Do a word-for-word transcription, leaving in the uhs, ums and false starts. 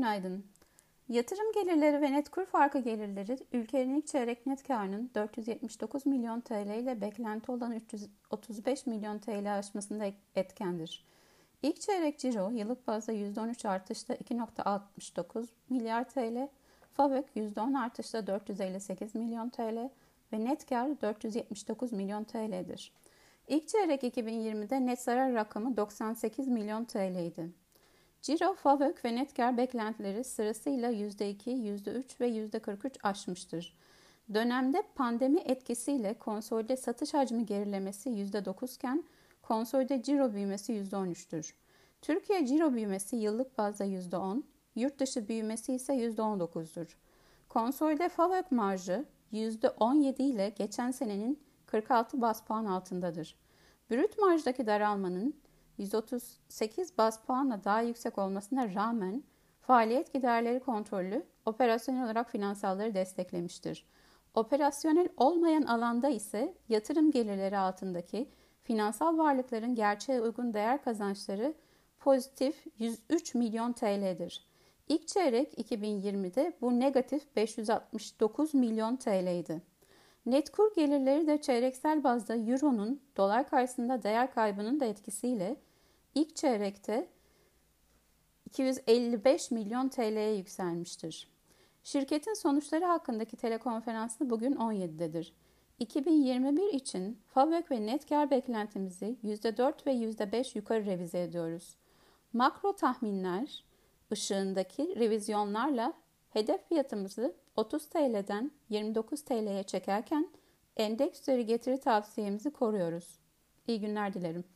Günaydın. Yatırım gelirleri ve net kur farkı gelirleri ülkenin ilk çeyrek net karının dört yüz yetmiş dokuz milyon T L ile beklenti olan üç yüz otuz beş milyon T L aşmasında etkendir. İlk çeyrek ciro yıllık bazda yüzde on üç artışla iki virgül altmış dokuz milyar T L, FAVÖK yüzde on artışla dört yüz elli sekiz milyon T L ve net kar dört yüz yetmiş dokuz milyon T L'dir. İlk çeyrek iki bin yirmide net zarar rakamı doksan sekiz milyon T L idi. Ciro, FAVÖK ve net kar beklentileri sırasıyla yüzde iki, yüzde üç ve yüzde kırk üç aşmıştır. Dönemde pandemi etkisiyle konsolide satış hacmi gerilemesi yüzde dokuz iken konsolide ciro büyümesi yüzde on üçtür. Türkiye ciro büyümesi yıllık bazda yüzde on, yurt dışı büyümesi ise yüzde on dokuzdur. Konsolide FAVÖK marjı yüzde on yedi ile geçen senenin kırk altı baz puan altındadır. Brüt marjdaki daralmanın yüz otuz sekiz baz puanla daha yüksek olmasına rağmen faaliyet giderleri kontrollü, operasyonel olarak finansalları desteklemiştir. Operasyonel olmayan alanda ise yatırım gelirleri altındaki finansal varlıkların gerçeğe uygun değer kazançları pozitif yüz üç milyon T L'dir. İlk çeyrek iki bin yirmide bu negatif beş yüz altmış dokuz milyon T L'ydi. Net kur gelirleri de çeyreksel bazda Euro'nun dolar karşısında değer kaybının da etkisiyle ilk çeyrekte iki yüz elli beş milyon T L'ye yükselmiştir. Şirketin sonuçları hakkındaki telekonferansı bugün on yedidedir. iki bin yirmi bir için FAVÖK ve net kar beklentimizi yüzde dört ve yüzde beş yukarı revize ediyoruz. Makro tahminler ışığındaki revizyonlarla hedef fiyatımızı otuz T L'den yirmi dokuz T L'ye çekerken endeks üzeri getiri tavsiyemizi koruyoruz. İyi günler dilerim.